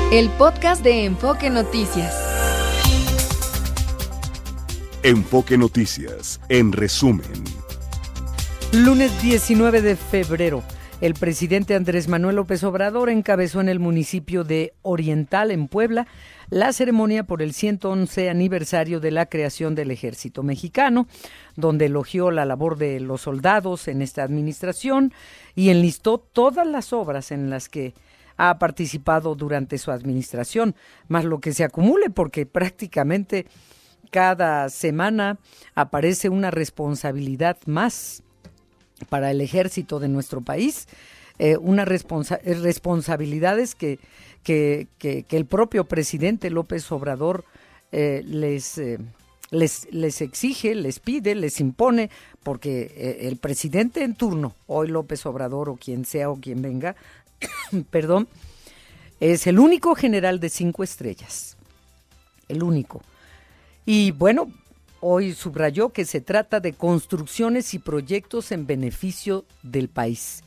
El podcast de Enfoque Noticias. Enfoque Noticias, en resumen. Lunes 19 de febrero, el presidente Andrés Manuel López Obrador encabezó en el municipio de Oriental, en Puebla, la ceremonia por el 111 aniversario de la creación del Ejército Mexicano, donde elogió la labor de los soldados en esta administración y enlistó todas las obras en las que ha participado durante su administración, más lo que se acumule, porque prácticamente cada semana aparece una responsabilidad más para el ejército de nuestro país, responsabilidades que el propio presidente López Obrador les exige, les pide, les impone, porque el presidente en turno, hoy López Obrador o quien sea o quien venga, perdón, es el único general de 5 estrellas, el único. Y bueno, hoy subrayó que se trata de construcciones y proyectos en beneficio del país.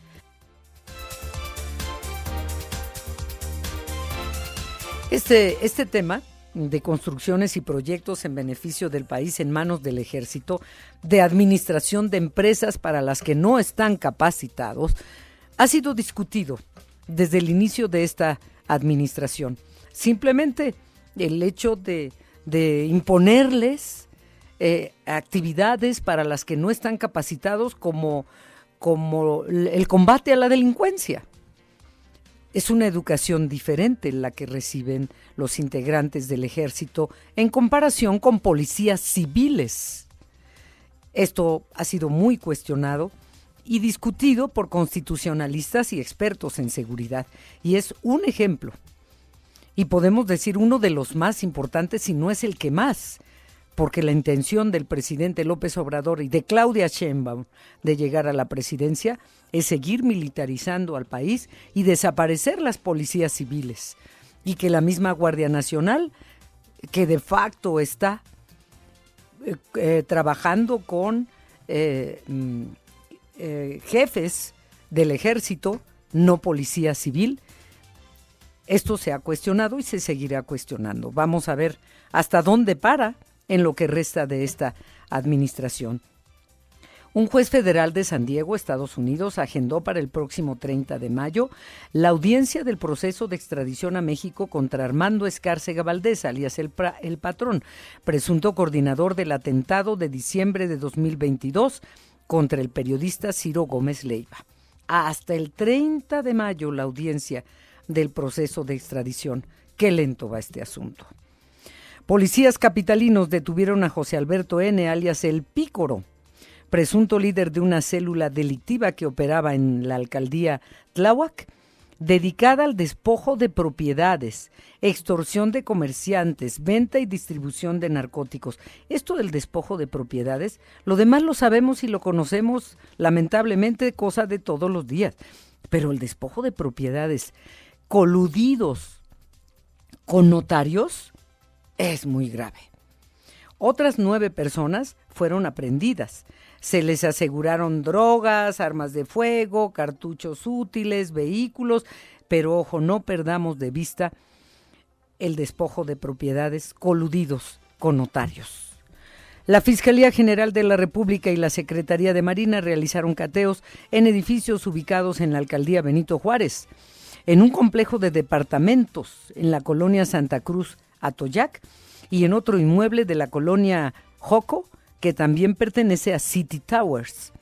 Este tema de construcciones y proyectos en beneficio del país en manos del ejército, de administración de empresas para las que no están capacitados, ha sido discutido desde el inicio de esta administración. Simplemente el hecho de imponerles actividades para las que no están capacitados, como el combate a la delincuencia. Es una educación diferente la que reciben los integrantes del ejército en comparación con policías civiles. Esto ha sido muy cuestionado y discutido por constitucionalistas y expertos en seguridad, y es un ejemplo, y podemos decir uno de los más importantes, si no es el que más, porque la intención del presidente López Obrador y de Claudia Sheinbaum de llegar a la presidencia es seguir militarizando al país y desaparecer las policías civiles, y que la misma Guardia Nacional, que de facto está trabajando con jefes del ejército, no policía civil. Esto se ha cuestionado y se seguirá cuestionando. Vamos a ver hasta dónde para en lo que resta de esta administración. Un juez federal de San Diego, Estados Unidos, agendó para el próximo 30 de mayo la audiencia del proceso de extradición a México contra Armando Escárcega Valdés, alias el Patrón, presunto coordinador del atentado de diciembre de 2022 contra el periodista Ciro Gómez Leiva. Hasta el 30 de mayo la audiencia del proceso de extradición. Qué lento va este asunto. Policías capitalinos detuvieron a José Alberto N., alias El Pícoro, presunto líder de una célula delictiva que operaba en la alcaldía Tláhuac, dedicada al despojo de propiedades, extorsión de comerciantes, venta y distribución de narcóticos. Esto del despojo de propiedades, lo demás lo sabemos y lo conocemos, lamentablemente, cosa de todos los días. Pero el despojo de propiedades coludidos con notarios es muy grave. Otras 9 personas fueron aprehendidas. Se les aseguraron drogas, armas de fuego, cartuchos útiles, vehículos, pero ojo, no perdamos de vista el despojo de propiedades coludidos con notarios. La Fiscalía General de la República y la Secretaría de Marina realizaron cateos en edificios ubicados en la alcaldía Benito Juárez, en un complejo de departamentos en la colonia Santa Cruz, Atoyac, y en otro inmueble de la colonia Joco, que también pertenece a City Towers.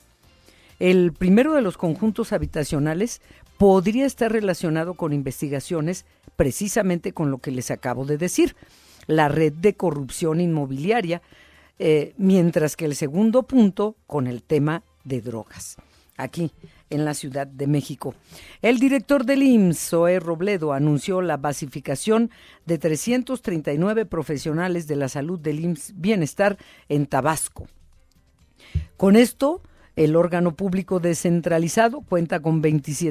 El primero de los conjuntos habitacionales podría estar relacionado con investigaciones precisamente con lo que les acabo de decir, la red de corrupción inmobiliaria, mientras que el segundo punto con el tema de drogas, aquí en la Ciudad de México. El director del IMSS, Zoé Robledo, anunció la basificación de 339 profesionales de la salud del IMSS Bienestar en Tabasco. Con esto, el órgano público descentralizado cuenta con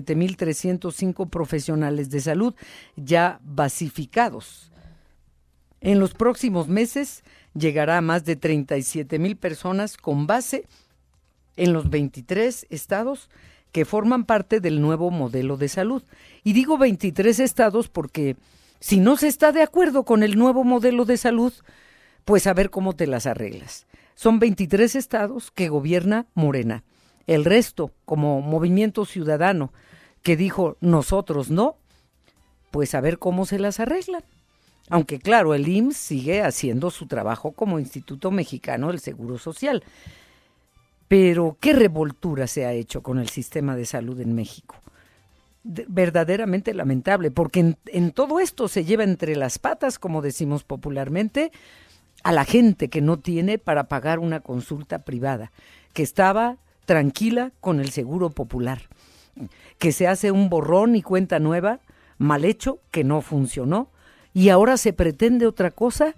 27,305 profesionales de salud ya basificados. En los próximos meses llegará a más de 37,000 personas con base en los 23 estados que forman parte del nuevo modelo de salud. Y digo 23 estados porque Si no se está de acuerdo con el nuevo modelo de salud, pues a ver cómo te las arreglas. Son 23 estados que gobierna Morena. El resto, como Movimiento Ciudadano, que dijo nosotros no, pues a ver cómo se las arreglan. Aunque claro, el IMSS sigue haciendo su trabajo como Instituto Mexicano del Seguro Social. Pero qué revoltura se ha hecho con el sistema de salud en México. Verdaderamente lamentable, porque en todo esto se lleva entre las patas, como decimos popularmente, a la gente que no tiene para pagar una consulta privada, que estaba tranquila con el Seguro Popular, que se hace un borrón y cuenta nueva, mal hecho, que no funcionó, y ahora se pretende otra cosa,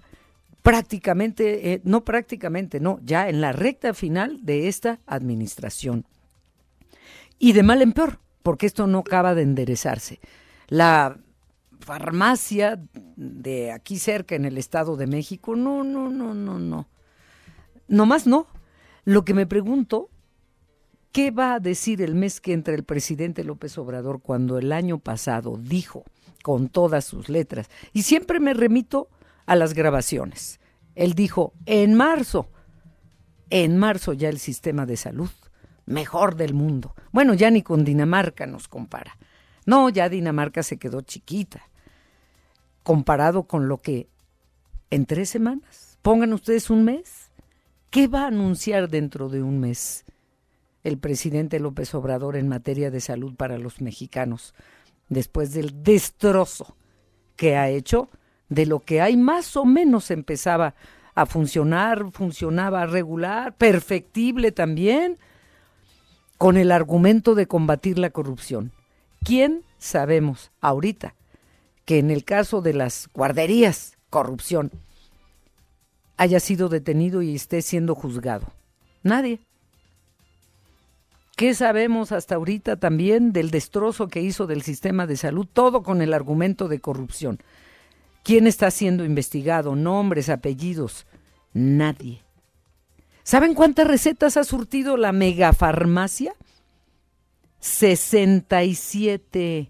ya en la recta final de esta administración. Y de mal en peor, porque esto no acaba de enderezarse. La farmacia de aquí cerca en el Estado de México, no. Nomás no. Lo que me pregunto, ¿qué va a decir el mes que entra el presidente López Obrador cuando el año pasado dijo con todas sus letras? Y siempre me remito a las grabaciones. Él dijo, en marzo ya el sistema de salud mejor del mundo. Bueno, ya ni con Dinamarca nos compara. No, ya Dinamarca se quedó chiquita, comparado con lo que en 3 semanas, pongan ustedes un mes, ¿qué va a anunciar dentro de un mes el presidente López Obrador en materia de salud para los mexicanos, después del destrozo que ha hecho de lo que hay más o menos empezaba a funcionaba regular, perfectible también, con el argumento de combatir la corrupción? ¿Quién sabemos ahorita que en el caso de las guarderías, corrupción, haya sido detenido y esté siendo juzgado? Nadie. ¿Qué sabemos hasta ahorita también del destrozo que hizo del sistema de salud? Todo con el argumento de corrupción. ¿Quién está siendo investigado? Nombres, apellidos. Nadie. ¿Saben cuántas recetas ha surtido la megafarmacia? 67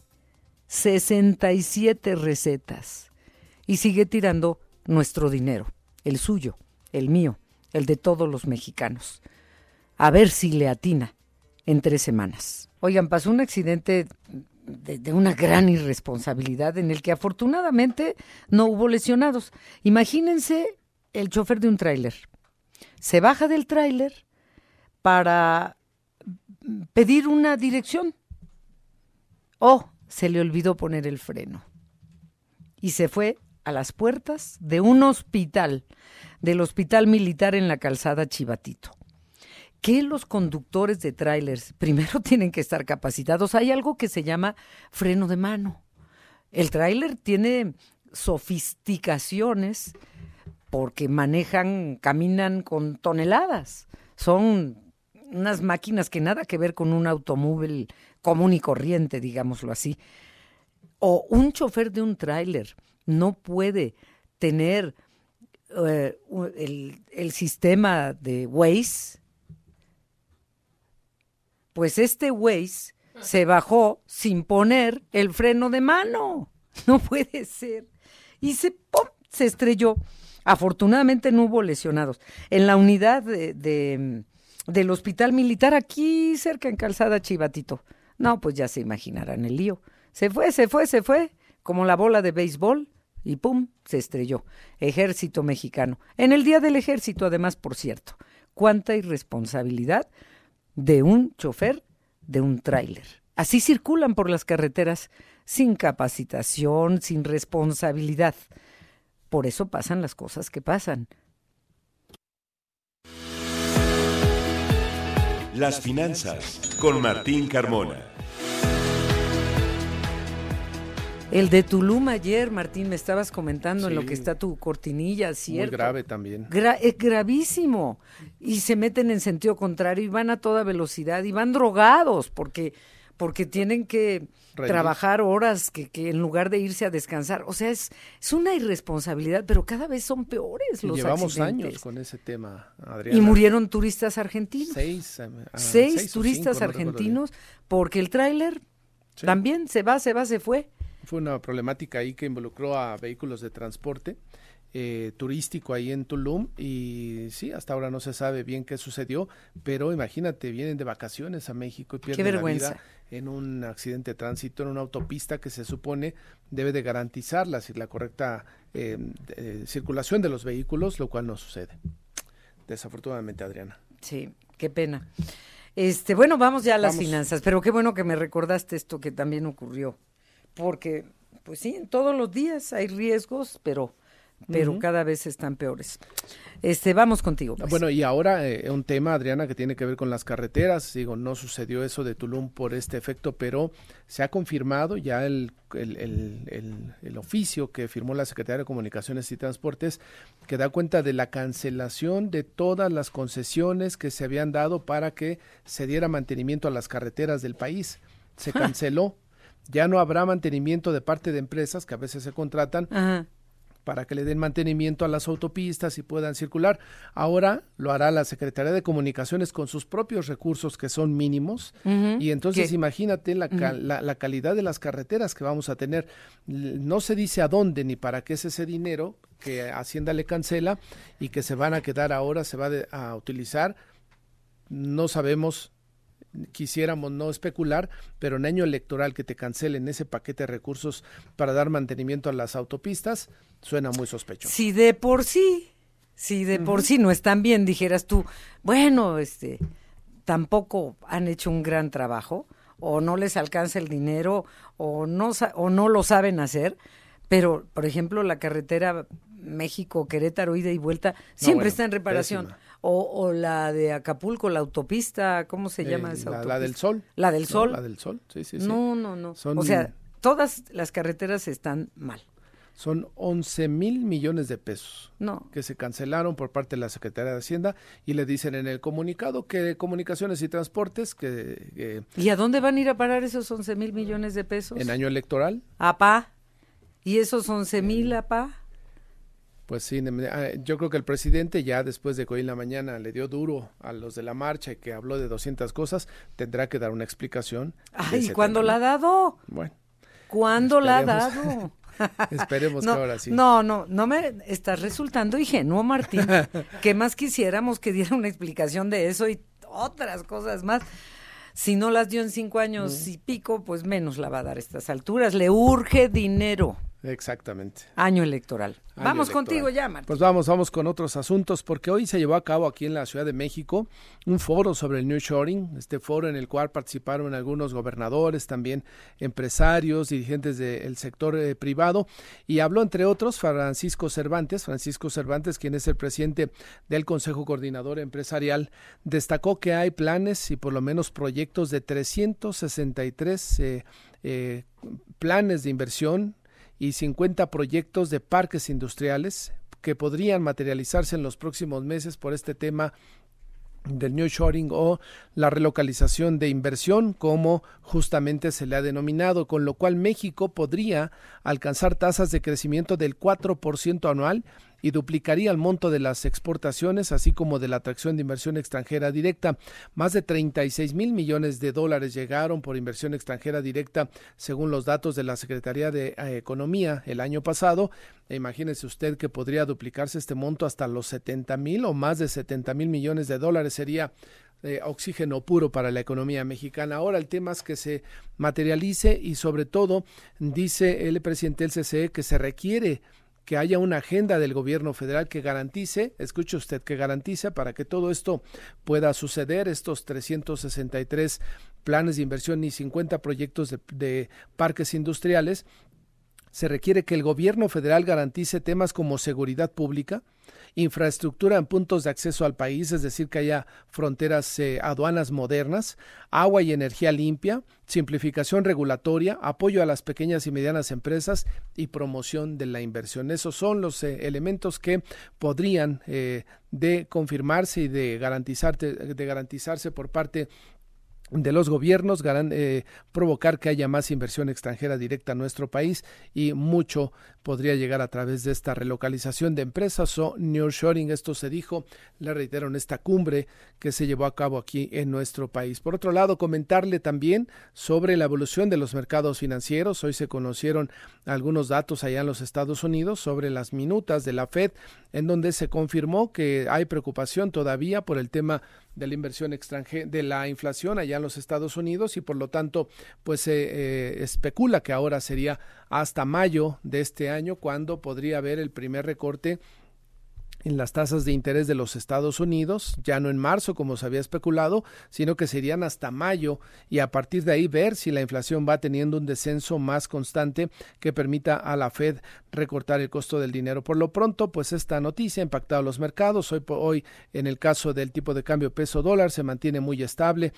recetas. Y sigue tirando nuestro dinero, el suyo, el mío, el de todos los mexicanos. A ver si le atina en 3 semanas. Oigan, pasó un accidente de una gran irresponsabilidad en el que afortunadamente no hubo lesionados. Imagínense el chofer de un tráiler. Se baja del tráiler para pedir una dirección. Se le olvidó poner el freno. Y se fue a las puertas de un hospital, del Hospital Militar en la Calzada Chivatito. Que los conductores de tráilers primero tienen que estar capacitados. Hay algo que se llama freno de mano. El tráiler tiene sofisticaciones porque caminan con toneladas. Son unas máquinas que nada que ver con un automóvil común y corriente, digámoslo así. O un chofer de un tráiler no puede tener el sistema de Waze. Pues este Waze se bajó sin poner el freno de mano. No puede ser. Y se estrelló. Afortunadamente no hubo lesionados. En la unidad del Hospital Militar, aquí cerca en Calzada Chivatito. No, pues ya se imaginarán el lío. Se fue, como la bola de béisbol, y ¡pum!, se estrelló. Ejército Mexicano. En el Día del Ejército, además, por cierto. Cuánta irresponsabilidad de un chofer de un tráiler. Así circulan por las carreteras, sin capacitación, sin responsabilidad. Por eso pasan las cosas que pasan. Las finanzas con Martín Carmona. El de Tulum ayer, Martín, me estabas comentando en lo que está tu cortinilla, ¿cierto? Muy grave también. Es gravísimo. Y se meten en sentido contrario y van a toda velocidad y van drogados porque tienen que trabajar horas que en lugar de irse a descansar. O sea, es una irresponsabilidad, pero cada vez son peores los Llevamos accidentes. Años con ese tema, Adriana. Y murieron turistas argentinos. 6 turistas argentinos, porque el tráiler también se fue. Fue una problemática ahí que involucró a vehículos de transporte turístico ahí en Tulum y sí, hasta ahora no se sabe bien qué sucedió, pero imagínate, vienen de vacaciones a México y pierden la vida en un accidente de tránsito en una autopista que se supone debe de garantizar la correcta circulación de los vehículos, lo cual no sucede. Desafortunadamente, Adriana. Sí, qué pena. Bueno, vamos ya a las finanzas, pero qué bueno que me recordaste esto que también ocurrió, porque, pues sí, en todos los días hay riesgos, pero cada vez están peores. Vamos contigo, pues. Bueno, y ahora un tema, Adriana, que tiene que ver con las carreteras. Digo, no sucedió eso de Tulum por este efecto, pero se ha confirmado ya el oficio que firmó la Secretaría de Comunicaciones y Transportes, que da cuenta de la cancelación de todas las concesiones que se habían dado para que se diera mantenimiento a las carreteras del país. Se canceló. Ya no habrá mantenimiento de parte de empresas que a veces se contratan. Ajá. Para que le den mantenimiento a las autopistas y puedan circular. Ahora lo hará la Secretaría de Comunicaciones con sus propios recursos que son mínimos y entonces imagínate la calidad de las carreteras que vamos a tener. No se dice a dónde ni para qué es ese dinero que Hacienda le cancela y que se van a quedar ahora, se va a utilizar. No sabemos. Quisiéramos no especular, pero en año electoral que te cancelen ese paquete de recursos para dar mantenimiento a las autopistas, suena muy sospechoso. Si de por sí no están bien, dijeras tú, bueno, tampoco han hecho un gran trabajo, o no les alcanza el dinero, o no lo saben hacer, pero, por ejemplo, la carretera México-Querétaro, ida y vuelta, siempre está en reparación. Pésima. O la de Acapulco, la autopista, ¿cómo se llama esa autopista? La del Sol. ¿La del Sol? No, la del Sol, sí. No. O sea, todas las carreteras están mal. Son 11,000 millones de pesos que se cancelaron por parte de la Secretaría de Hacienda y le dicen en el comunicado que Comunicaciones y Transportes que ¿Y a dónde van a ir a parar esos 11,000 millones de pesos? En año electoral. Apá. ¿Y esos 11,000 apá? Pues sí, yo creo que el presidente ya después de que hoy en la mañana le dio duro a los de la marcha y que habló de 200 cosas, tendrá que dar una explicación. Ay, ¿cuándo la ha dado? Bueno. ¿Cuándo la ha dado? Esperemos que ahora sí. No me estás resultando ingenuo, Martín. ¿Qué más quisiéramos que diera una explicación de eso y otras cosas más? Si no las dio en 5 años y pico, pues menos la va a dar a estas alturas. Le urge dinero. Exactamente. Año electoral. Vamos contigo ya, Martín. Pues vamos con otros asuntos, porque hoy se llevó a cabo aquí en la Ciudad de México un foro sobre el nearshoring, foro en el cual participaron algunos gobernadores, también empresarios, dirigentes del sector privado, y habló entre otros Francisco Cervantes, quien es el presidente del Consejo Coordinador Empresarial, destacó que hay planes y por lo menos proyectos de 363 planes de inversión y 50 proyectos de parques industriales que podrían materializarse en los próximos meses por este tema del nearshoring o la relocalización de inversión, como justamente se le ha denominado, con lo cual México podría alcanzar tasas de crecimiento del 4% anual y duplicaría el monto de las exportaciones, así como de la atracción de inversión extranjera directa. Más de 36,000 millones de dólares llegaron por inversión extranjera directa, según los datos de la Secretaría de Economía el año pasado. Imagínese usted que podría duplicarse este monto hasta los 70,000 o más de 70,000 millones de dólares. Sería oxígeno puro para la economía mexicana. Ahora el tema es que se materialice y sobre todo, dice el presidente del CCE, que se requiere que haya una agenda del gobierno federal que garantice, escuche usted, que garantice para que todo esto pueda suceder, estos 363 planes de inversión y 50 proyectos de parques industriales. Se requiere que el gobierno federal garantice temas como seguridad pública, infraestructura en puntos de acceso al país, es decir, que haya fronteras, aduanas modernas, agua y energía limpia, simplificación regulatoria, apoyo a las pequeñas y medianas empresas y promoción de la inversión. Esos son los elementos que podrían de confirmarse y de garantizarse por parte de los gobiernos, provocar que haya más inversión extranjera directa a nuestro país, y mucho podría llegar a través de esta relocalización de empresas o nearshoring. Esto se dijo, le reitero, en esta cumbre que se llevó a cabo aquí en nuestro país. Por otro lado, comentarle también sobre la evolución de los mercados financieros. Hoy se conocieron algunos datos allá en los Estados Unidos sobre las minutas de la Fed, en donde se confirmó que hay preocupación todavía por el tema de la inversión extranjera, de la inflación allá en los Estados Unidos, y por lo tanto pues se especula que ahora sería hasta mayo de este año cuando podría haber el primer recorte en las tasas de interés de los Estados Unidos, ya no en marzo como se había especulado, sino que serían hasta mayo, y a partir de ahí ver si la inflación va teniendo un descenso más constante que permita a la Fed recortar el costo del dinero. Por lo pronto, pues esta noticia ha impactado a los mercados. Hoy en el caso del tipo de cambio peso dólar se mantiene muy estable,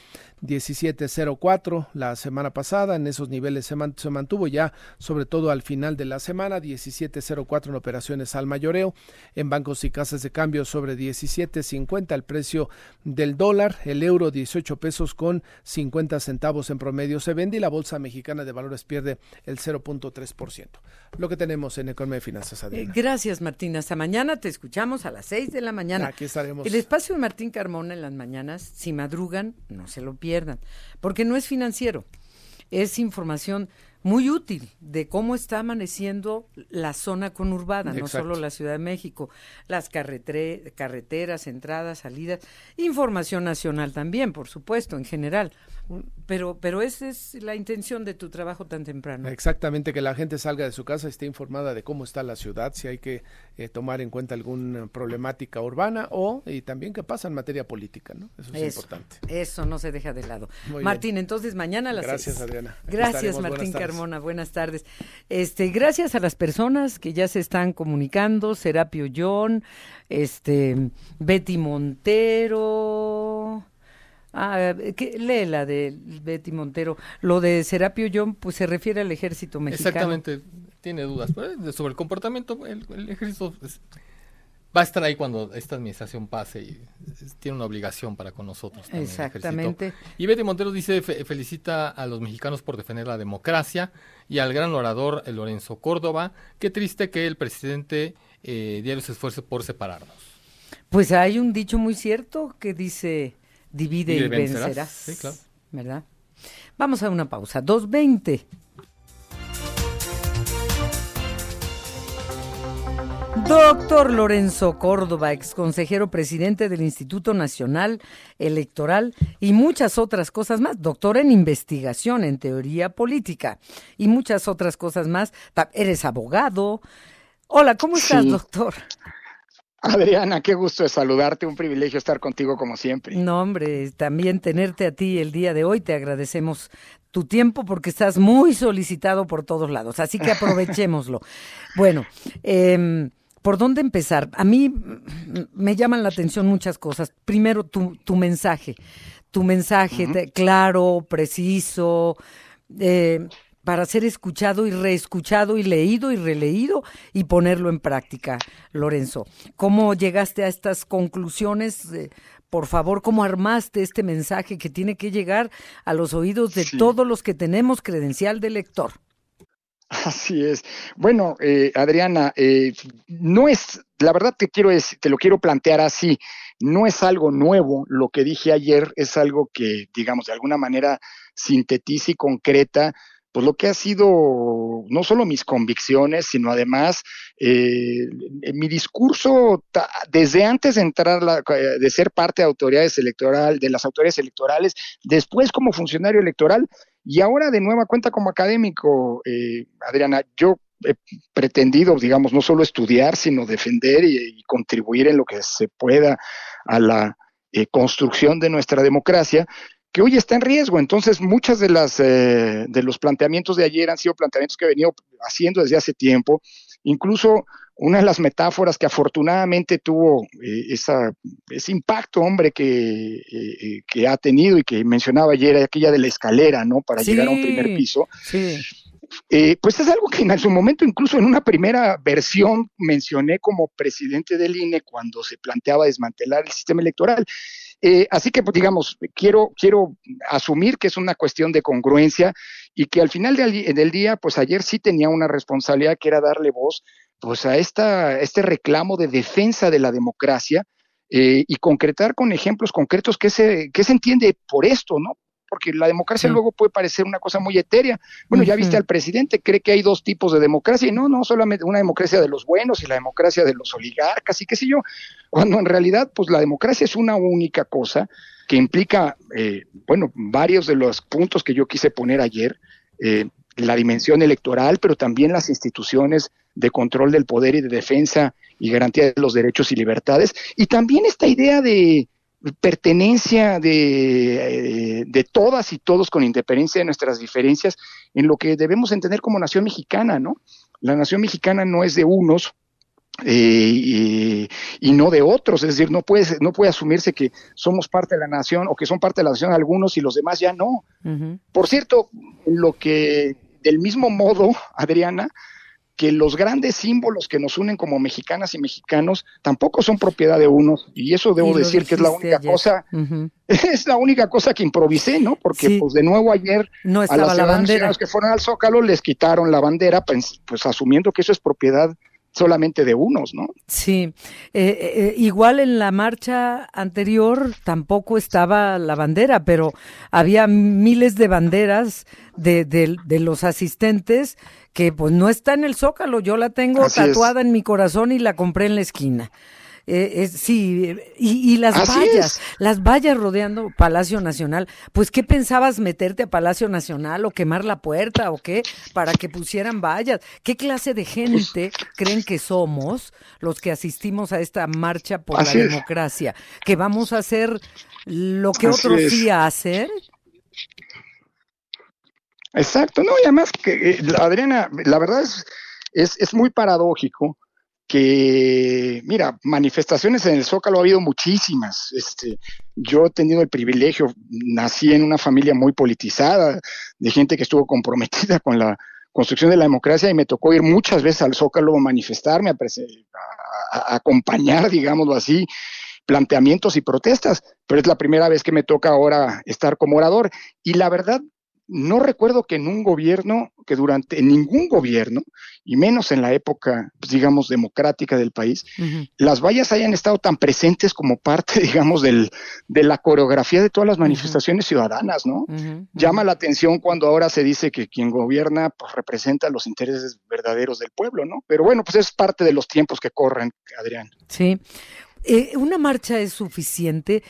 17.04 la semana pasada, en esos niveles se mantuvo ya, sobre todo al final de la semana, 17.04 en operaciones al mayoreo, en bancos y casas de cambio sobre 17.50 el precio del dólar, el euro 18 pesos con 50 centavos en promedio se vende, y la bolsa mexicana de valores pierde el 0.3%. Lo que tenemos en Economía y Finanzas, Adriana. Gracias, Martín. Hasta mañana, te escuchamos a las 6 de la mañana. Aquí estaremos. El espacio de Martín Carmona en las mañanas, si madrugan, no se lo pierdan, porque no es financiero, es información muy útil de cómo está amaneciendo la zona conurbada. Exacto. No solo la Ciudad de México, las carreteras, entradas, salidas, información nacional también, por supuesto, en general. Pero esa es la intención de tu trabajo tan temprano. Exactamente, que la gente salga de su casa y esté informada de cómo está la ciudad, si hay que tomar en cuenta alguna problemática urbana y también qué pasa en materia política, ¿no? Eso es importante. Eso no se deja de lado. Muy Martín, bien. Entonces mañana a las 6. Gracias, Adriana. Gracias, Martín Carmona. Buenas tardes. Gracias a las personas que ya se están comunicando, Serapio John, Betty Montero. Lee la de Betty Montero. Lo de Serapio John, pues se refiere al ejército mexicano. Exactamente, tiene dudas sobre el comportamiento. El ejército va a estar ahí cuando esta administración pase, y tiene una obligación para con nosotros también. Exactamente. Y Betty Montero dice, felicita a los mexicanos por defender la democracia y al gran orador Lorenzo Córdoba. Qué triste que el presidente diario se esfuerce por separarnos. Pues hay un dicho muy cierto que dice: divide y vencerás. Sí, claro. ¿Verdad? Vamos a una pausa. 2:20. Doctor Lorenzo Córdoba, exconsejero presidente del Instituto Nacional Electoral y muchas otras cosas más. Doctor en investigación, en teoría política y muchas otras cosas más. Eres abogado. Hola, ¿cómo estás, doctor? Adriana, qué gusto de saludarte, un privilegio estar contigo como siempre. No, hombre, también tenerte a ti el día de hoy, te agradecemos tu tiempo porque estás muy solicitado por todos lados, así que aprovechémoslo. Bueno, ¿por dónde empezar? A mí me llaman la atención muchas cosas. Primero, tu mensaje claro, preciso, para ser escuchado y reescuchado y leído y releído y ponerlo en práctica. Lorenzo, ¿cómo llegaste a estas conclusiones? Por favor, ¿cómo armaste este mensaje que tiene que llegar a los oídos de todos los que tenemos credencial de lector? Así es. Bueno, Adriana, no es, la verdad te lo quiero plantear así, no es algo nuevo lo que dije ayer, es algo que, digamos, de alguna manera sintetiza y concreta pues lo que ha sido no solo mis convicciones, sino además mi discurso desde antes de entrar, de ser parte de de las autoridades electorales, después como funcionario electoral y ahora de nueva cuenta como académico. Adriana, yo he pretendido, digamos, no solo estudiar, sino defender y contribuir en lo que se pueda a la construcción de nuestra democracia, que hoy está en riesgo. Entonces, muchas de los planteamientos de ayer han sido planteamientos que he venido haciendo desde hace tiempo. Incluso una de las metáforas que afortunadamente tuvo ese impacto, hombre, que ha tenido y que mencionaba ayer, aquella de la escalera, ¿no? Para llegar a un primer piso. Sí. Pues es algo que en su momento, incluso en una primera versión, mencioné como presidente del INE cuando se planteaba desmantelar el sistema electoral. Así que, pues, digamos, quiero asumir que es una cuestión de congruencia y que al final del día, pues ayer sí tenía una responsabilidad que era darle voz pues a este reclamo de defensa de la democracia y concretar con ejemplos concretos qué se entiende por esto, ¿no? Porque la democracia luego puede parecer una cosa muy etérea. Bueno, ya viste al presidente, cree que hay 2 tipos de democracia, y no solamente una democracia de los buenos y la democracia de los oligarcas y qué sé yo, cuando en realidad pues la democracia es una única cosa que implica, varios de los puntos que yo quise poner ayer, la dimensión electoral, pero también las instituciones de control del poder y de defensa y garantía de los derechos y libertades, y también esta idea de pertenencia de todas y todos con independencia de nuestras diferencias en lo que debemos entender como nación mexicana, ¿no? La nación mexicana no es de unos y no de otros, es decir, no puede asumirse que somos parte de la nación o que son parte de la nación algunos y los demás ya no. Uh-huh. Por cierto, del mismo modo, Adriana, que los grandes símbolos que nos unen como mexicanas y mexicanos tampoco son propiedad de unos, y eso debo decir que es la única cosa, es la única cosa que improvisé, ¿no? Porque pues de nuevo ayer no a las ciudadanos que fueron al Zócalo les quitaron la bandera, pues asumiendo que eso es propiedad solamente de unos, ¿no? Sí, igual en la marcha anterior tampoco estaba la bandera, pero había miles de banderas de los asistentes que pues no está en el Zócalo, yo la tengo tatuada en mi corazón y la compré en la esquina. Sí, y las vallas rodeando Palacio Nacional, pues ¿qué pensabas, meterte a Palacio Nacional o quemar la puerta o qué para que pusieran vallas? ¿Qué clase de gente creen que somos los que asistimos a esta marcha por la democracia? ¿Que vamos a hacer lo que otros sí hacen? Exacto, no, y además que Adriana, la verdad es muy paradójico que, mira, manifestaciones en el Zócalo ha habido muchísimas. Yo he tenido el privilegio, nací en una familia muy politizada, de gente que estuvo comprometida con la construcción de la democracia, y me tocó ir muchas veces al Zócalo a manifestarme, a acompañar, digámoslo así, planteamientos y protestas, pero es la primera vez que me toca ahora estar como orador, y la verdad, no recuerdo que en ningún gobierno, y menos en la época, pues, digamos, democrática del país, las vallas hayan estado tan presentes como parte, digamos, de la coreografía de todas las manifestaciones ciudadanas, ¿no? Llama la atención cuando ahora se dice que quien gobierna, pues, representa los intereses verdaderos del pueblo, ¿no? Pero bueno, pues es parte de los tiempos que corren, Adrián. Sí. ¿Una marcha es suficiente?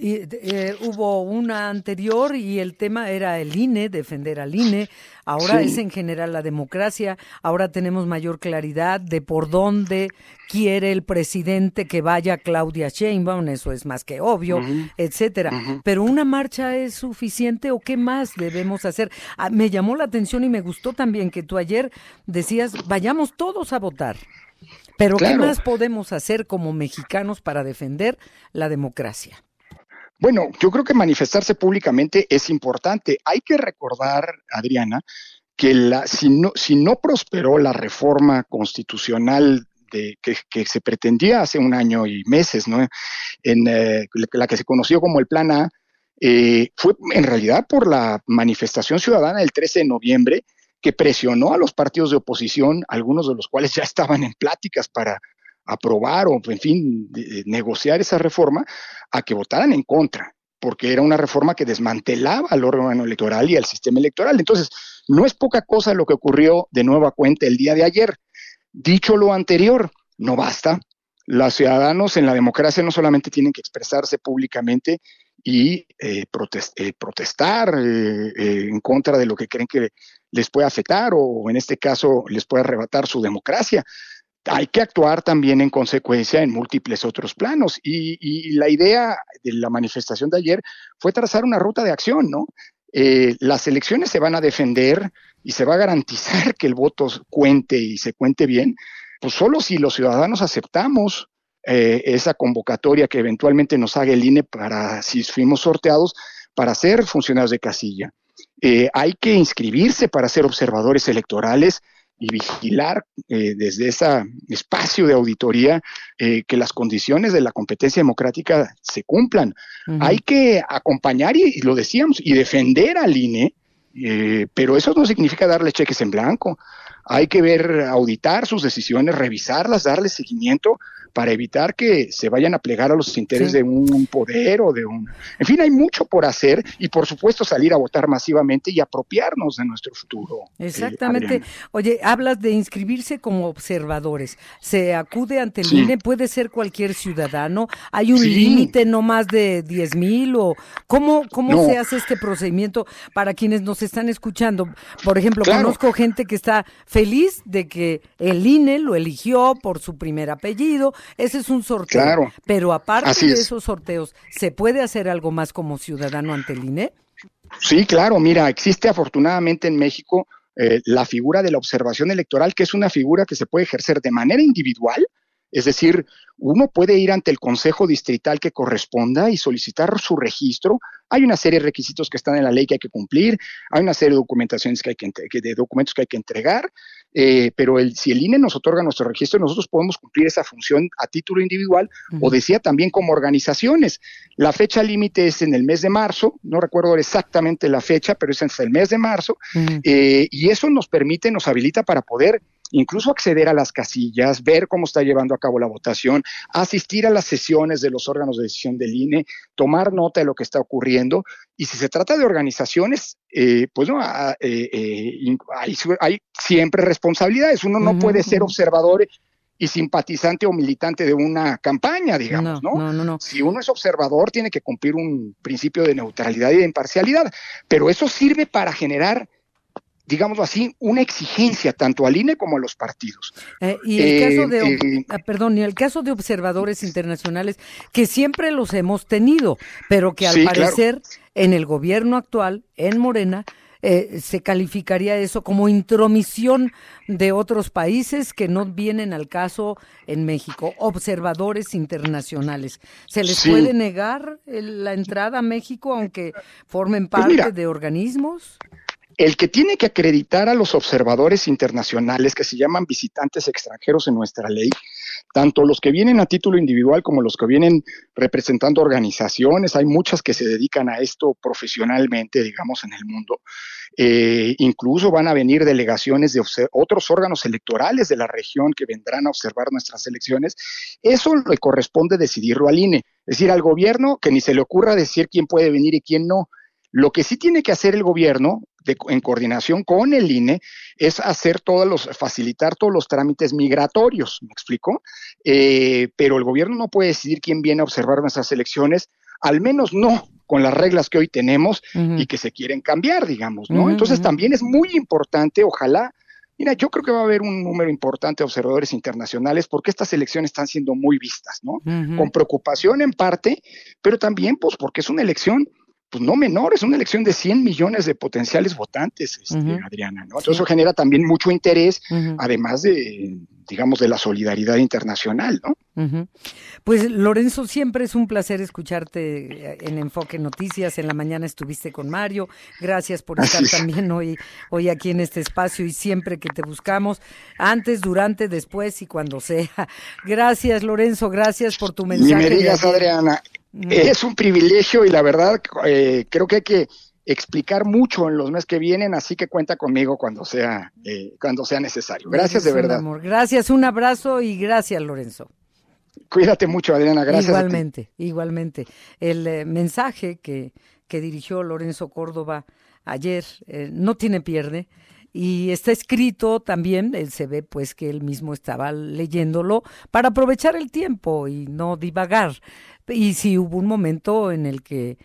Hubo una anterior y el tema era el INE, defender al INE. Ahora es en general la democracia. Ahora tenemos mayor claridad de por dónde quiere el presidente que vaya Claudia Sheinbaum, eso es más que obvio, etcétera. Pero ¿una marcha es suficiente o qué más debemos hacer? Me llamó la atención y me gustó también que tú ayer decías, vayamos todos a votar. Pero claro, ¿qué más podemos hacer como mexicanos para defender la democracia? Bueno, yo creo que manifestarse públicamente es importante. Hay que recordar, Adriana, que si no prosperó la reforma constitucional que se pretendía hace un año y meses, ¿no? En la que se conoció como el Plan A, fue en realidad por la manifestación ciudadana del 13 de noviembre, que presionó a los partidos de oposición, algunos de los cuales ya estaban en pláticas para aprobar o, en fin, negociar esa reforma, a que votaran en contra, porque era una reforma que desmantelaba al órgano electoral y al sistema electoral. Entonces, no es poca cosa lo que ocurrió de nueva cuenta el día de ayer. Dicho lo anterior, no basta. Los ciudadanos en la democracia no solamente tienen que expresarse públicamente y protestar en contra de lo que creen que les puede afectar o en este caso les puede arrebatar su democracia. Hay que actuar también en consecuencia en múltiples otros planos y la idea de la manifestación de ayer fue trazar una ruta de acción, ¿no? Las elecciones se van a defender y se va a garantizar que el voto cuente y se cuente bien, pues solo si los ciudadanos aceptamos esa convocatoria que eventualmente nos haga el INE para, si fuimos sorteados, para ser funcionarios de casilla. Hay que inscribirse para ser observadores electorales y vigilar desde ese espacio de auditoría que las condiciones de la competencia democrática se cumplan. Hay que acompañar, y lo decíamos, y defender al INE, pero eso no significa darle cheques en blanco. Hay que auditar sus decisiones, revisarlas, darle seguimiento para evitar que se vayan a plegar a los intereses de un poder o de un... En fin, hay mucho por hacer y, por supuesto, salir a votar masivamente y apropiarnos de nuestro futuro. Exactamente. Oye, hablas de inscribirse como observadores. ¿Se acude ante el INE? ¿Puede ser cualquier ciudadano? ¿Hay un límite no más de 10,000? ¿O cómo se hace este procedimiento para quienes nos están escuchando? Por ejemplo, conozco gente que está feliz de que el INE lo eligió por su primer apellido. Ese es un sorteo, pero aparte de esos sorteos, ¿se puede hacer algo más como ciudadano ante el INE? Sí, claro, mira, existe afortunadamente en México la figura de la observación electoral, que es una figura que se puede ejercer de manera individual, es decir, uno puede ir ante el consejo distrital que corresponda y solicitar su registro. Hay una serie de requisitos que están en la ley que hay que cumplir, hay una serie de documentaciones de documentos que hay que entregar, pero si el INE nos otorga nuestro registro, nosotros podemos cumplir esa función a título individual, o decía también como organizaciones. La fecha límite es en el mes de marzo, no recuerdo exactamente la fecha, pero es hasta el mes de marzo, y eso nos habilita para poder incluso acceder a las casillas, ver cómo está llevando a cabo la votación, asistir a las sesiones de los órganos de decisión del INE, tomar nota de lo que está ocurriendo. Y si se trata de organizaciones, pues no, hay siempre responsabilidades. Uno no puede ser observador y simpatizante o militante de una campaña, digamos, ¿no? Si uno es observador, tiene que cumplir un principio de neutralidad y de imparcialidad, pero eso sirve para generar, digámoslo así, una exigencia tanto al INE como a los partidos. Y el caso de observadores internacionales, que siempre los hemos tenido, pero que al parecer en el gobierno actual, en Morena, se calificaría eso como intromisión de otros países que no vienen al caso en México, observadores internacionales. ¿Se les puede negar la entrada a México aunque formen parte de organismos? El que tiene que acreditar a los observadores internacionales, que se llaman visitantes extranjeros en nuestra ley, tanto los que vienen a título individual como los que vienen representando organizaciones, hay muchas que se dedican a esto profesionalmente, digamos, en el mundo. Incluso van a venir delegaciones de otros órganos electorales de la región que vendrán a observar nuestras elecciones. Eso le corresponde decidirlo al INE, es decir, al gobierno, que ni se le ocurra decir quién puede venir y quién no. Lo que sí tiene que hacer el gobierno, en coordinación con el INE, es facilitar todos los trámites migratorios, ¿me explico? Pero el gobierno no puede decidir quién viene a observar nuestras elecciones, al menos no con las reglas que hoy tenemos y que se quieren cambiar, digamos, ¿no? Entonces también es muy importante, ojalá. Mira, yo creo que va a haber un número importante de observadores internacionales porque estas elecciones están siendo muy vistas, ¿no? Con preocupación en parte, pero también pues porque es una elección pues no menor, es una elección de 100 millones de potenciales votantes, Adriana, ¿no? Entonces eso genera también mucho interés, además de, digamos, de la solidaridad internacional, ¿no? Pues Lorenzo, siempre es un placer escucharte en Enfoque Noticias. En la mañana estuviste con Mario. Gracias por estar también hoy aquí en este espacio y siempre que te buscamos, antes, durante, después y cuando sea. Gracias, Lorenzo, gracias por tu mensaje. Ni me digas, Adriana. Es un privilegio y la verdad creo que hay que explicar mucho en los meses que vienen, así que cuenta conmigo cuando sea necesario. Gracias de verdad. Amor. Gracias, un abrazo y gracias, Lorenzo. Cuídate mucho, Adriana, gracias. Igualmente. El mensaje que dirigió Lorenzo Córdoba ayer no tiene pierde. Y está escrito también, se ve pues que él mismo estaba leyéndolo para aprovechar el tiempo y no divagar. Y sí hubo un momento en el que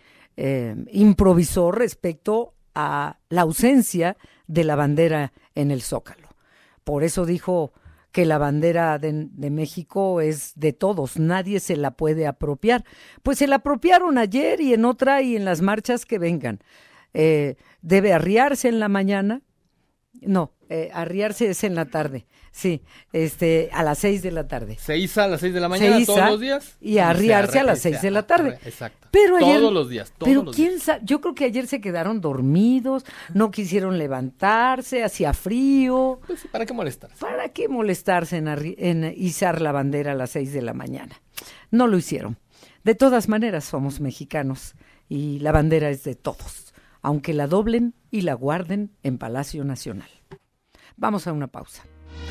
improvisó respecto a la ausencia de la bandera en el Zócalo. Por eso dijo que la bandera de México es de todos, nadie se la puede apropiar. Pues se la apropiaron ayer y en otra y en las marchas que vengan. Debe arriarse en la mañana. No, arriarse es en la tarde, sí, a las 6 de la tarde. Se iza a las 6 de la mañana todos los días. Y arriarse a las 6 de la tarde. Exacto. Pero ayer, todos los días. quién sabe, yo creo que ayer se quedaron dormidos, no quisieron levantarse, hacía frío. Pues, ¿para qué molestarse? ¿Para qué molestarse en izar la bandera a las 6 de la mañana? No lo hicieron. De todas maneras, somos mexicanos y la bandera es de todos, aunque la doblen y la guarden en Palacio Nacional. Vamos a una pausa.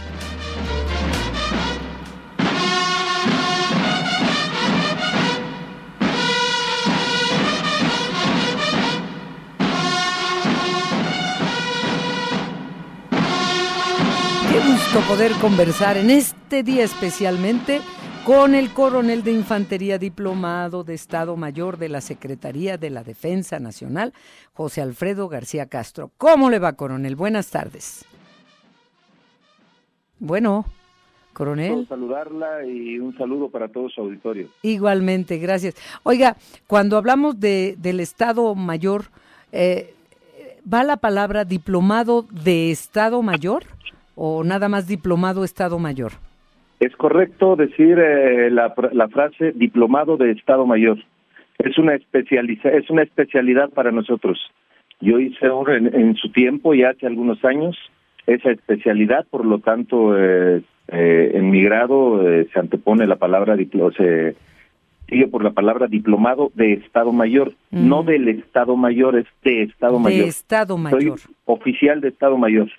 Qué gusto poder conversar en este día especialmente con el coronel de Infantería diplomado de Estado Mayor de la Secretaría de la Defensa Nacional, José Alfredo García Castro. ¿Cómo le va, coronel? Buenas tardes. Bueno, coronel. Saludarla y un saludo para todo su auditorio. Igualmente, gracias. Oiga, cuando hablamos del Estado Mayor, ¿va la palabra diplomado de Estado Mayor o nada más diplomado Estado Mayor? Es correcto decir la frase diplomado de Estado Mayor. Es una especialidad para nosotros. Yo hice en su tiempo, ya hace algunos años, esa especialidad, por lo tanto, en mi grado se antepone la palabra se sigue por la palabra diplomado de Estado Mayor, no del Estado Mayor, es de Estado Mayor. De Estado Mayor. Soy oficial de Estado Mayor.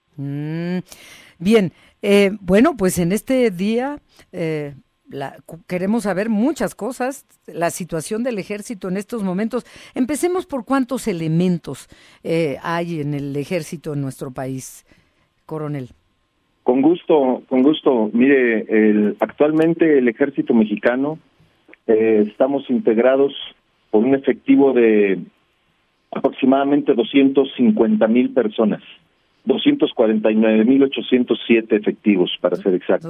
Bien, bueno, pues en este día queremos saber muchas cosas, la situación del ejército en estos momentos. Empecemos por cuántos elementos hay en el ejército en nuestro país, coronel. Con gusto. Mire, actualmente el ejército mexicano estamos integrados por un efectivo de aproximadamente 250,000 personas. 249,807 efectivos, para ser exacto.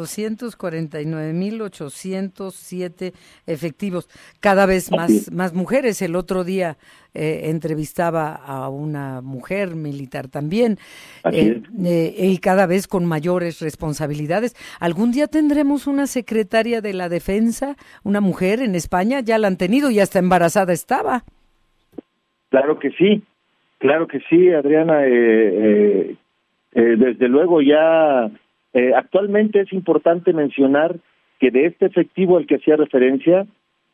249,807 efectivos. Cada vez más mujeres. El otro día entrevistaba a una mujer militar también. Y cada vez con mayores responsabilidades. ¿Algún día tendremos una secretaria de la Defensa, una mujer en España? Ya la han tenido y hasta embarazada estaba. Claro que sí, Adriana. Desde luego ya actualmente es importante mencionar que de este efectivo al que hacía referencia,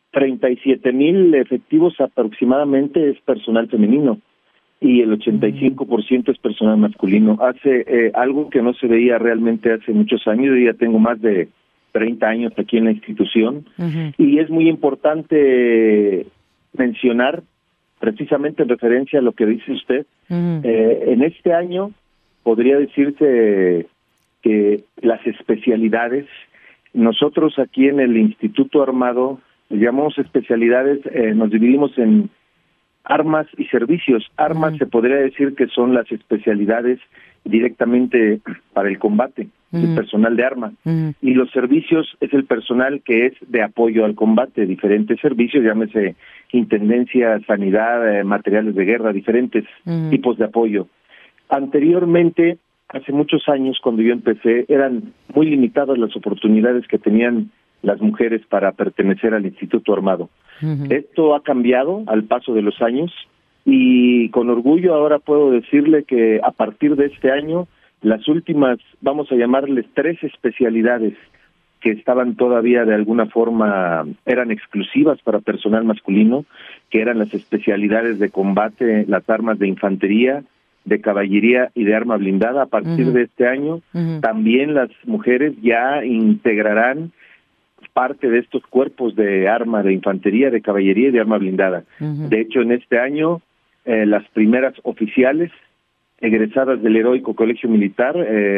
37,000 efectivos aproximadamente es personal femenino y el 85% es personal masculino. Hace algo que no se veía realmente hace muchos años. Yo ya tengo más de 30 años aquí en la institución y es muy importante mencionar, precisamente en referencia a lo que dice usted, en este año podría decirse que las especialidades, nosotros aquí en el Instituto Armado, llamamos especialidades, nos dividimos en armas y servicios. Armas se podría decir que son las especialidades directamente para el combate, el personal de arma, y los servicios es el personal que es de apoyo al combate, diferentes servicios, llámese intendencia, sanidad, materiales de guerra, diferentes tipos de apoyo. Anteriormente, hace muchos años, cuando yo empecé, eran muy limitadas las oportunidades que tenían las mujeres para pertenecer al Instituto Armado. Esto ha cambiado al paso de los años y con orgullo ahora puedo decirle que a partir de este año, las últimas, vamos a llamarles 3 especialidades que estaban todavía de alguna forma, eran exclusivas para personal masculino, que eran las especialidades de combate, las armas de infantería, de caballería y de arma blindada. A partir de este año, también las mujeres ya integrarán parte de estos cuerpos de arma de infantería, de caballería y de arma blindada. De hecho, en este año, las primeras oficiales egresadas del heroico Colegio Militar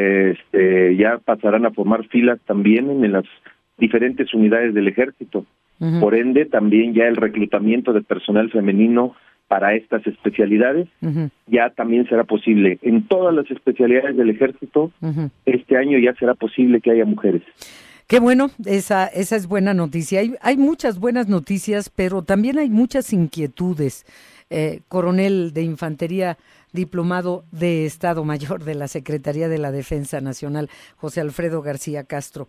ya pasarán a formar filas también en las diferentes unidades del ejército. Por ende, también ya el reclutamiento de personal femenino para estas especialidades ya también será posible. En todas las especialidades del ejército, este año ya será posible que haya mujeres. Qué bueno, esa es buena noticia. Hay muchas buenas noticias, pero también hay muchas inquietudes. Coronel de Infantería diplomado de Estado Mayor de la Secretaría de la Defensa Nacional, José Alfredo García Castro.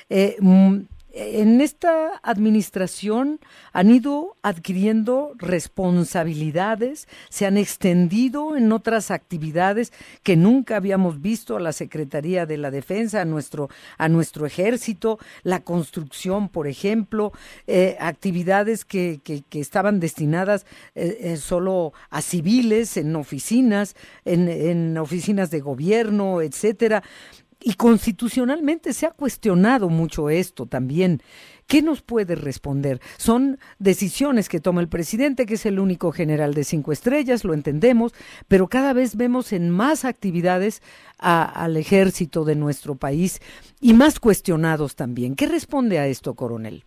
En esta administración han ido adquiriendo responsabilidades, se han extendido en otras actividades que nunca habíamos visto a la Secretaría de la Defensa, a nuestro ejército, la construcción, por ejemplo, actividades que estaban destinadas solo a civiles, en oficinas, en oficinas de gobierno, etcétera. Y constitucionalmente se ha cuestionado mucho esto también. ¿Qué nos puede responder? Son decisiones que toma el presidente, que es el único general de 5 estrellas, lo entendemos, pero cada vez vemos en más actividades al ejército de nuestro país y más cuestionados también. ¿Qué responde a esto, coronel?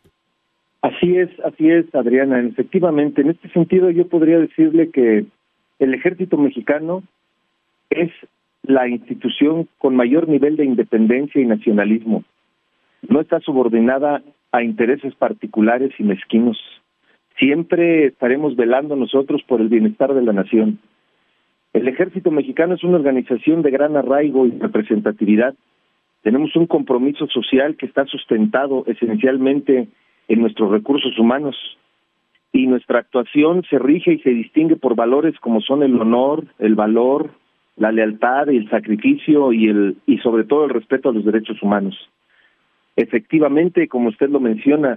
Así es, Adriana. Efectivamente, en este sentido yo podría decirle que el ejército mexicano es la institución con mayor nivel de independencia y nacionalismo. No está subordinada a intereses particulares y mezquinos. Siempre estaremos velando nosotros por el bienestar de la nación. El ejército mexicano es una organización de gran arraigo y representatividad. Tenemos un compromiso social que está sustentado esencialmente en nuestros recursos humanos, y nuestra actuación se rige y se distingue por valores como son el honor, el valor, la lealtad, el sacrificio y sobre todo el respeto a los derechos humanos. Efectivamente, como usted lo menciona,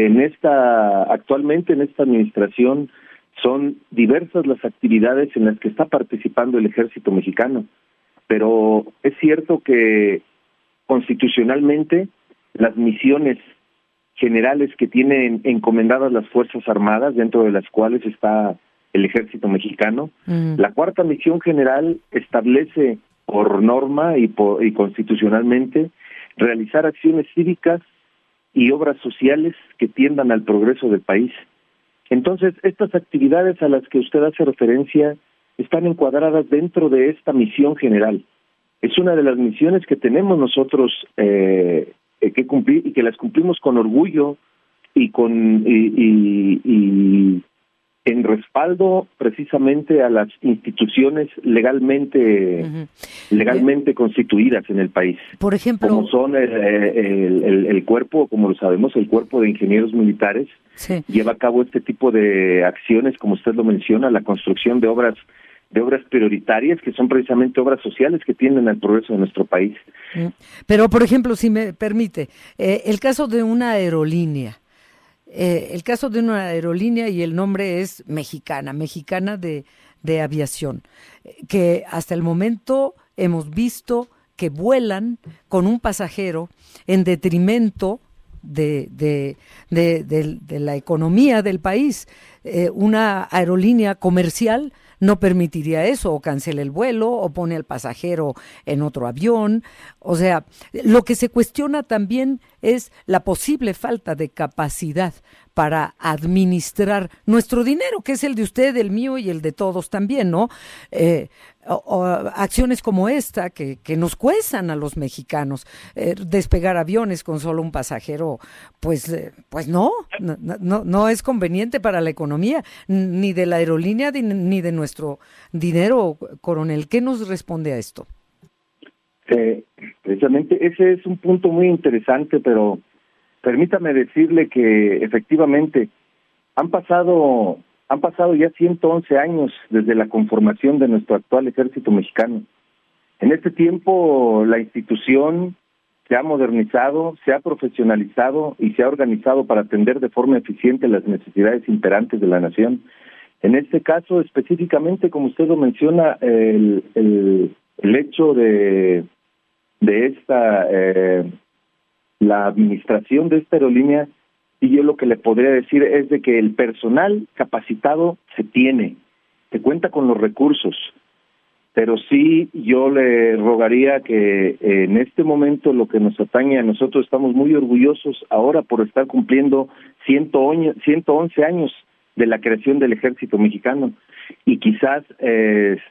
actualmente en esta administración son diversas las actividades en las que está participando el ejército mexicano, pero es cierto que constitucionalmente las misiones generales que tienen encomendadas las Fuerzas Armadas, dentro de las cuales está el ejército mexicano, la cuarta misión general establece por norma y constitucionalmente realizar acciones cívicas y obras sociales que tiendan al progreso del país. Entonces, estas actividades a las que usted hace referencia están encuadradas dentro de esta misión general. Es una de las misiones que tenemos nosotros que cumplir y que las cumplimos con orgullo y en respaldo precisamente a las instituciones legalmente constituidas en el país. Por ejemplo, como son el cuerpo, como lo sabemos, el cuerpo de ingenieros militares, sí, lleva a cabo este tipo de acciones, como usted lo menciona, la construcción de obras prioritarias, que son precisamente obras sociales que tienden al progreso de nuestro país. Pero, por ejemplo, si me permite, el caso de una aerolínea, y el nombre es Mexicana de Aviación, que hasta el momento hemos visto que vuelan con un pasajero en detrimento de la economía del país. Una aerolínea comercial no permitiría eso, o cancela el vuelo, o pone al pasajero en otro avión. O sea, lo que se cuestiona también es la posible falta de capacidad para administrar nuestro dinero, que es el de usted, el mío y el de todos también, ¿no? O acciones como esta que nos cuestan a los mexicanos. Despegar aviones con solo un pasajero, pues no es conveniente para la economía, ni de la aerolínea ni de nuestro dinero, coronel. ¿Qué nos responde a esto? Precisamente ese es un punto muy interesante, pero permítame decirle que efectivamente han pasado ya 111 años desde la conformación de nuestro actual ejército mexicano. En este tiempo la institución se ha modernizado, se ha profesionalizado y se ha organizado para atender de forma eficiente las necesidades imperantes de la nación. En este caso específicamente, como usted lo menciona, el hecho de la administración de esta aerolínea, y yo lo que le podría decir es de que el personal capacitado se cuenta con los recursos, pero sí yo le rogaría que en este momento lo que nos atañe a nosotros, estamos muy orgullosos ahora por estar cumpliendo 111 años de la creación del ejército mexicano, y quizás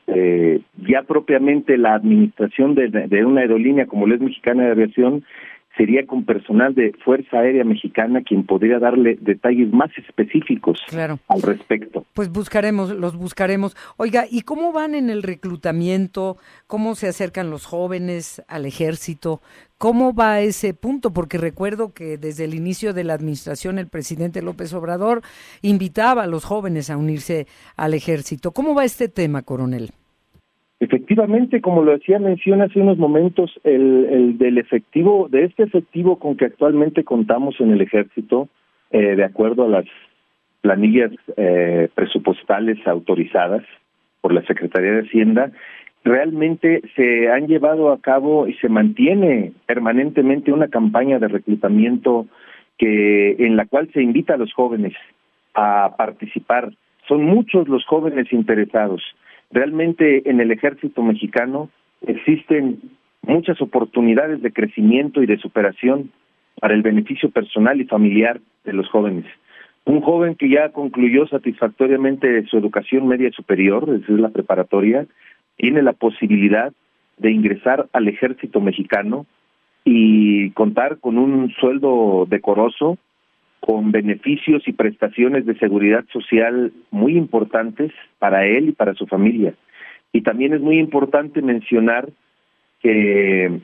ya propiamente la administración de una aerolínea como la es Mexicana de Aviación sería con personal de Fuerza Aérea Mexicana quien podría darle detalles más específicos al respecto. Pues los buscaremos. Oiga, ¿y cómo van en el reclutamiento? ¿Cómo se acercan los jóvenes al ejército? ¿Cómo va ese punto? Porque recuerdo que desde el inicio de la administración el presidente López Obrador invitaba a los jóvenes a unirse al ejército. ¿Cómo va este tema, coronel? Efectivamente, como lo hacía mención hace unos momentos, de este efectivo con que actualmente contamos en el ejército, de acuerdo a las planillas presupuestales autorizadas por la Secretaría de Hacienda, realmente se han llevado a cabo y se mantiene permanentemente una campaña de reclutamiento en la cual se invita a los jóvenes a participar. Son muchos los jóvenes interesados. Realmente en el ejército mexicano existen muchas oportunidades de crecimiento y de superación para el beneficio personal y familiar de los jóvenes. Un joven que ya concluyó satisfactoriamente su educación media superior, es decir, la preparatoria, tiene la posibilidad de ingresar al ejército mexicano y contar con un sueldo decoroso, con beneficios y prestaciones de seguridad social muy importantes para él y para su familia. Y también es muy importante mencionar que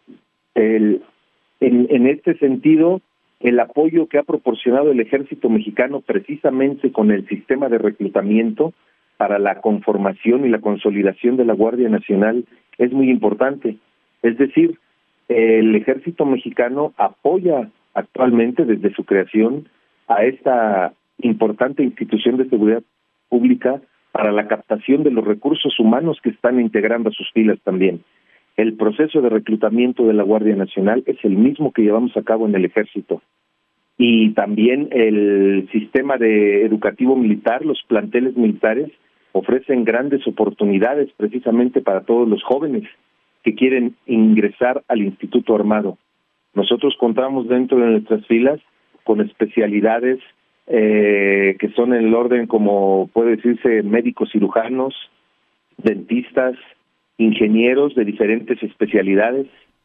en este sentido, el apoyo que ha proporcionado el ejército mexicano precisamente con el sistema de reclutamiento para la conformación y la consolidación de la Guardia Nacional es muy importante. Es decir, el ejército mexicano apoya actualmente desde su creación a esta importante institución de seguridad pública para la captación de los recursos humanos que están integrando a sus filas también. El proceso de reclutamiento de la Guardia Nacional es el mismo que llevamos a cabo en el Ejército. Y también el sistema educativo militar, los planteles militares, ofrecen grandes oportunidades precisamente para todos los jóvenes que quieren ingresar al Instituto Armado. Nosotros contamos dentro de nuestras filas con especialidades que son en el orden, como puede decirse, médicos cirujanos, dentistas, ingenieros de diferentes especialidades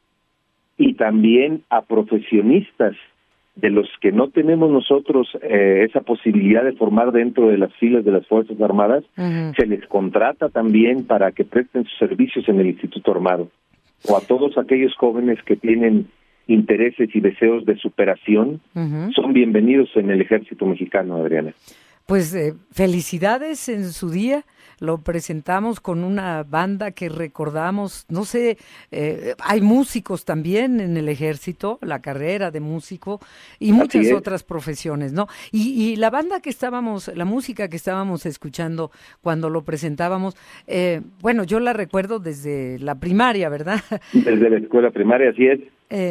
y también a profesionistas de los que no tenemos nosotros esa posibilidad de formar dentro de las filas de las Fuerzas Armadas. Se les contrata también para que presten sus servicios en el Instituto Armado, o a todos aquellos jóvenes que tienen intereses y deseos de superación, son bienvenidos en el Ejército Mexicano, Adriana. Pues felicidades en su día. Lo presentamos con una banda que recordamos, no sé, hay músicos también en el ejército, la carrera de músico y muchas otras profesiones, ¿no? Y la banda la música que estábamos escuchando cuando lo presentábamos, bueno, yo la recuerdo desde la primaria, ¿verdad? Desde la escuela primaria, así es.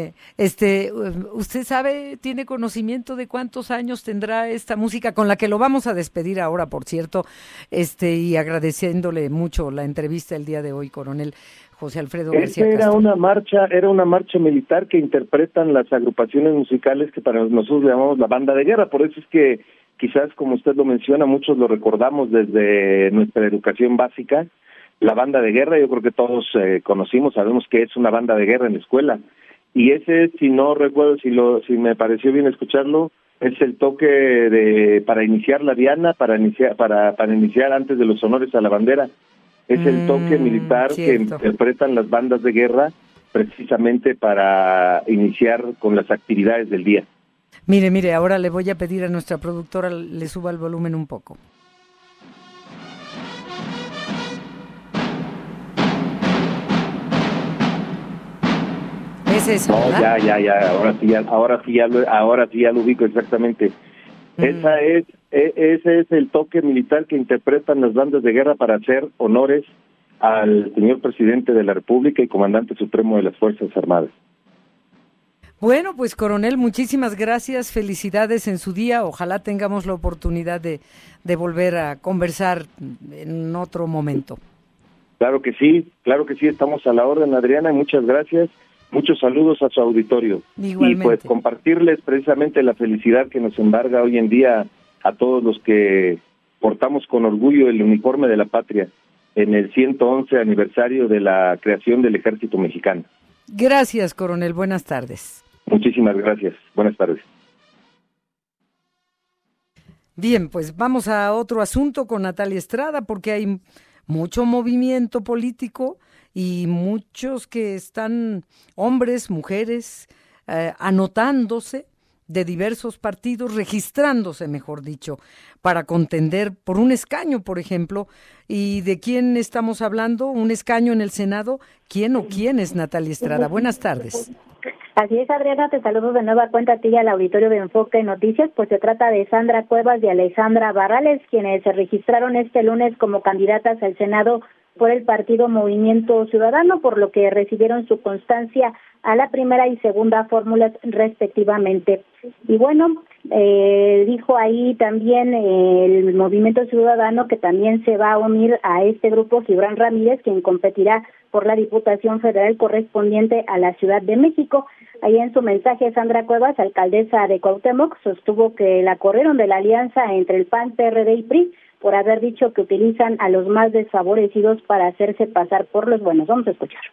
¿Usted tiene conocimiento de cuántos años tendrá esta música con la que lo vamos a despedir ahora, por cierto, y agradeciéndole mucho la entrevista el día de hoy, coronel José Alfredo García Castro? Era una marcha militar que interpretan las agrupaciones musicales que para nosotros llamamos la banda de guerra. Por eso es que quizás, como usted lo menciona, muchos lo recordamos desde nuestra educación básica. La banda de guerra, yo creo que todos conocimos, sabemos que es una banda de guerra en la escuela. Y ese, si no recuerdo, si me pareció bien escucharlo, es el toque para iniciar la diana, para iniciar antes de los honores a la bandera. Es el toque militar que interpretan las bandas de guerra precisamente para iniciar con las actividades del día. Mire, ahora le voy a pedir a nuestra productora le suba el volumen un poco. ¿Es eso, verdad? No, ahora sí ya lo ubico exactamente. Ese es el toque militar que interpretan las bandas de guerra para hacer honores al señor presidente de la República y comandante supremo de las Fuerzas Armadas. Bueno, pues coronel, muchísimas gracias, felicidades en su día, ojalá tengamos la oportunidad de volver a conversar en otro momento. Claro que sí, estamos a la orden, Adriana, y muchas gracias. Muchos saludos a su auditorio. Igualmente. Y pues compartirles precisamente la felicidad que nos embarga hoy en día a todos los que portamos con orgullo el uniforme de la patria en el 111 aniversario de la creación del Ejército Mexicano. Gracias, coronel. Buenas tardes. Muchísimas gracias. Buenas tardes. Bien, pues vamos a otro asunto con Natalia Estrada, porque hay mucho movimiento político y muchos que están, hombres, mujeres, anotándose de diversos partidos, registrándose, mejor dicho, para contender por un escaño, por ejemplo. ¿Y de quién estamos hablando? ¿Un escaño en el Senado? ¿Quién o quién es Natalia Estrada? Buenas tardes. Así es, Adriana, te saludo de nueva cuenta a ti y al auditorio de Enfoque Noticias. Pues se trata de Sandra Cuevas y Alejandra Barrales, quienes se registraron este lunes como candidatas al Senado por el partido Movimiento Ciudadano, por lo que recibieron su constancia a la primera y segunda fórmulas respectivamente. Y bueno, dijo ahí también el Movimiento Ciudadano que también se va a unir a este grupo Gibran Ramírez, quien competirá por la Diputación Federal correspondiente a la Ciudad de México. Ahí en su mensaje, Sandra Cuevas, alcaldesa de Cuauhtémoc, sostuvo que la corrieron de la alianza entre el PAN, PRD y PRI por haber dicho que utilizan a los más desfavorecidos para hacerse pasar por los buenos. Vamos a escuchar.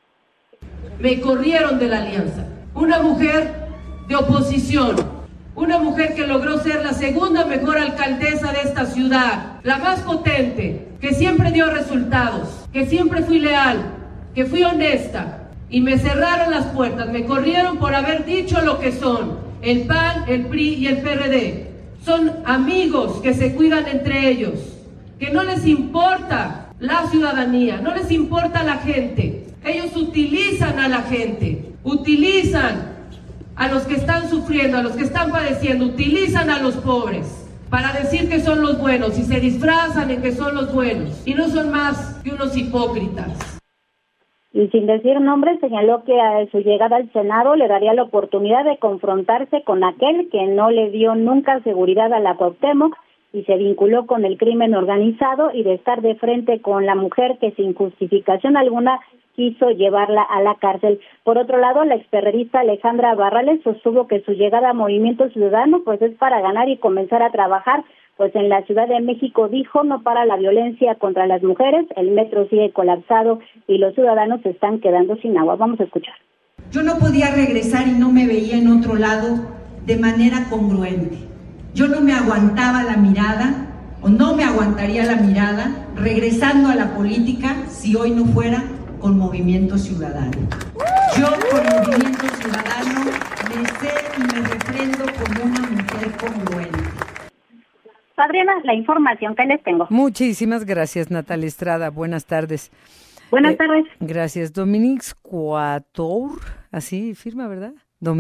Me corrieron de la alianza. Una mujer de oposición, una mujer que logró ser la segunda mejor alcaldesa de esta ciudad, la más potente, que siempre dio resultados, que siempre fui leal, que fui honesta, y me cerraron las puertas, me corrieron por haber dicho lo que son, el PAN, el PRI y el PRD. Son amigos que se cuidan entre ellos, que no les importa la ciudadanía, no les importa la gente. Ellos utilizan a la gente, utilizan a los que están sufriendo, a los que están padeciendo, utilizan a los pobres para decir que son los buenos y se disfrazan en que son los buenos y no son más que unos hipócritas. Y sin decir nombres, señaló que a su llegada al Senado le daría la oportunidad de confrontarse con aquel que no le dio nunca seguridad a la Cuauhtémoc y se vinculó con el crimen organizado, y de estar de frente con la mujer que sin justificación alguna quiso llevarla a la cárcel. Por otro lado, la experredista Alejandra Barrales sostuvo que su llegada a Movimiento Ciudadano pues es para ganar y comenzar a trabajar, pues en la Ciudad de México, dijo, no para la violencia contra las mujeres, el metro sigue colapsado y los ciudadanos se están quedando sin agua. Vamos a escuchar. Yo no podía regresar y no me veía en otro lado de manera congruente. Yo no me aguantaba la mirada, o no me aguantaría la mirada, regresando a la política si hoy no fuera con Movimiento Ciudadano. Yo con Movimiento Ciudadano me sé y me refrendo como una mujer congruente. Adriana, la información que les tengo. Muchísimas gracias, Natalia Estrada. Buenas tardes. Buenas tardes. Gracias. Dominique Quatour, así firma, ¿verdad?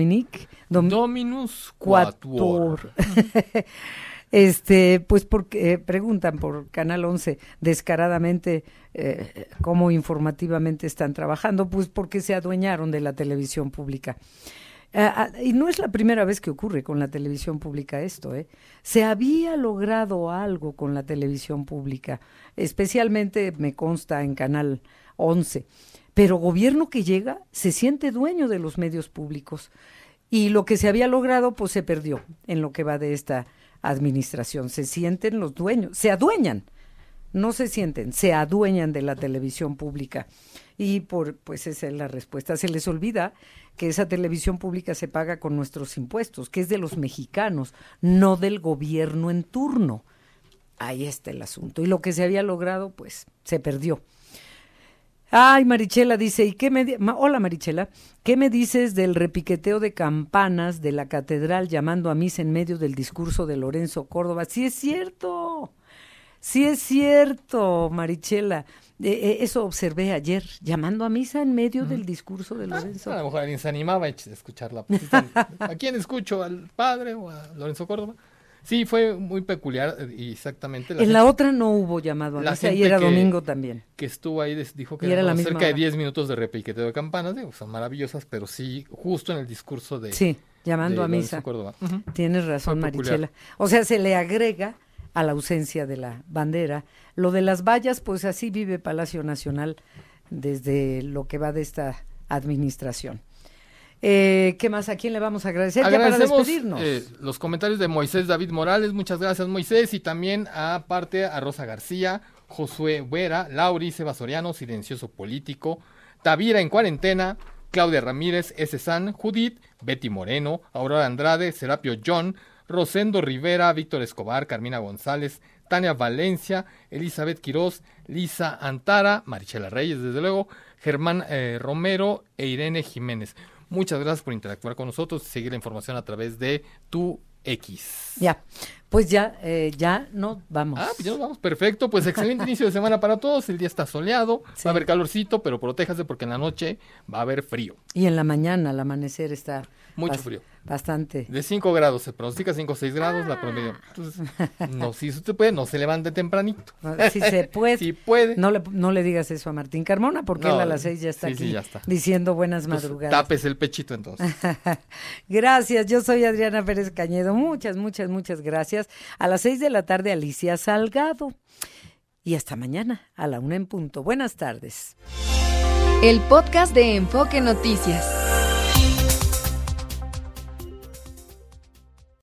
Dominus Quatuor. Pues porque preguntan por Canal 11 descaradamente cómo informativamente están trabajando, pues porque se adueñaron de la televisión pública. Y no es la primera vez que ocurre con la televisión pública esto, Se había logrado algo con la televisión pública, especialmente me consta en Canal 11, pero gobierno que llega se siente dueño de los medios públicos y lo que se había logrado pues se perdió en lo que va de esta administración. Se sienten los dueños, se adueñan, no se sienten, se adueñan de la televisión pública. Y pues esa es la respuesta. Se les olvida que esa televisión pública se paga con nuestros impuestos, que es de los mexicanos, no del gobierno en turno. Ahí está el asunto. Y lo que se había logrado, pues, se perdió. Ay, Marichela dice, ¿y qué hola Marichela, ¿qué me dices del repiqueteo de campanas de la catedral llamando a misa en medio del discurso de Lorenzo Córdoba? Sí es cierto, Marichela. Eso observé ayer, llamando a misa en medio del discurso de Lorenzo. A lo mejor alguien se animaba a escucharla. ¿A quién escucho? ¿Al padre o a Lorenzo Córdoba? Sí, fue muy peculiar y exactamente. En la otra no hubo llamado a misa y era domingo también. Que estuvo ahí dijo que era cerca de 10 minutos de repiqueteo de campanas, son maravillosas, pero sí, justo en el discurso de sí, llamando a misa. Córdoba. Tienes razón, Marichela. O sea, se le agrega a la ausencia de la bandera. Lo de las vallas, pues así vive Palacio Nacional desde lo que va de esta administración. ¿Qué más? ¿A quién le vamos a agradecer? Ya para despedirnos. Los comentarios de Moisés David Morales, muchas gracias Moisés, y también aparte a Rosa García, Josué Vera, Lauri, Seba Soriano, silencioso político, Tavira en cuarentena, Claudia Ramírez, S. San, Judith, Betty Moreno, Aurora Andrade, Serapio John, Rosendo Rivera, Víctor Escobar, Carmina González, Tania Valencia, Elizabeth Quiroz, Lisa Antara, Marichela Reyes, desde luego, Germán Romero e Irene Jiménez. Muchas gracias por interactuar con nosotros y seguir la información a través de tu X. Ya, pues ya nos vamos. Pues ya nos vamos, perfecto. Pues excelente inicio de semana para todos. El día está soleado, sí. Va a haber calorcito, pero protéjase porque en la noche va a haber frío. Y en la mañana, al amanecer, está mucho frío. Bastante. De 5 grados, se pronostica 5 o 6 grados la promedio. Entonces, no, si usted puede, no se levante tempranito. Si se puede. Si puede. No le digas eso a Martín Carmona, porque él a las 6 ya está aquí ya está. diciendo buenas madrugadas. Tapes el pechito entonces. Gracias, yo soy Adriana Pérez Cañedo. Muchas gracias. A las 6 de la tarde, Alicia Salgado. Y hasta mañana, a la 1:00 PM. Buenas tardes. El podcast de Enfoque Noticias.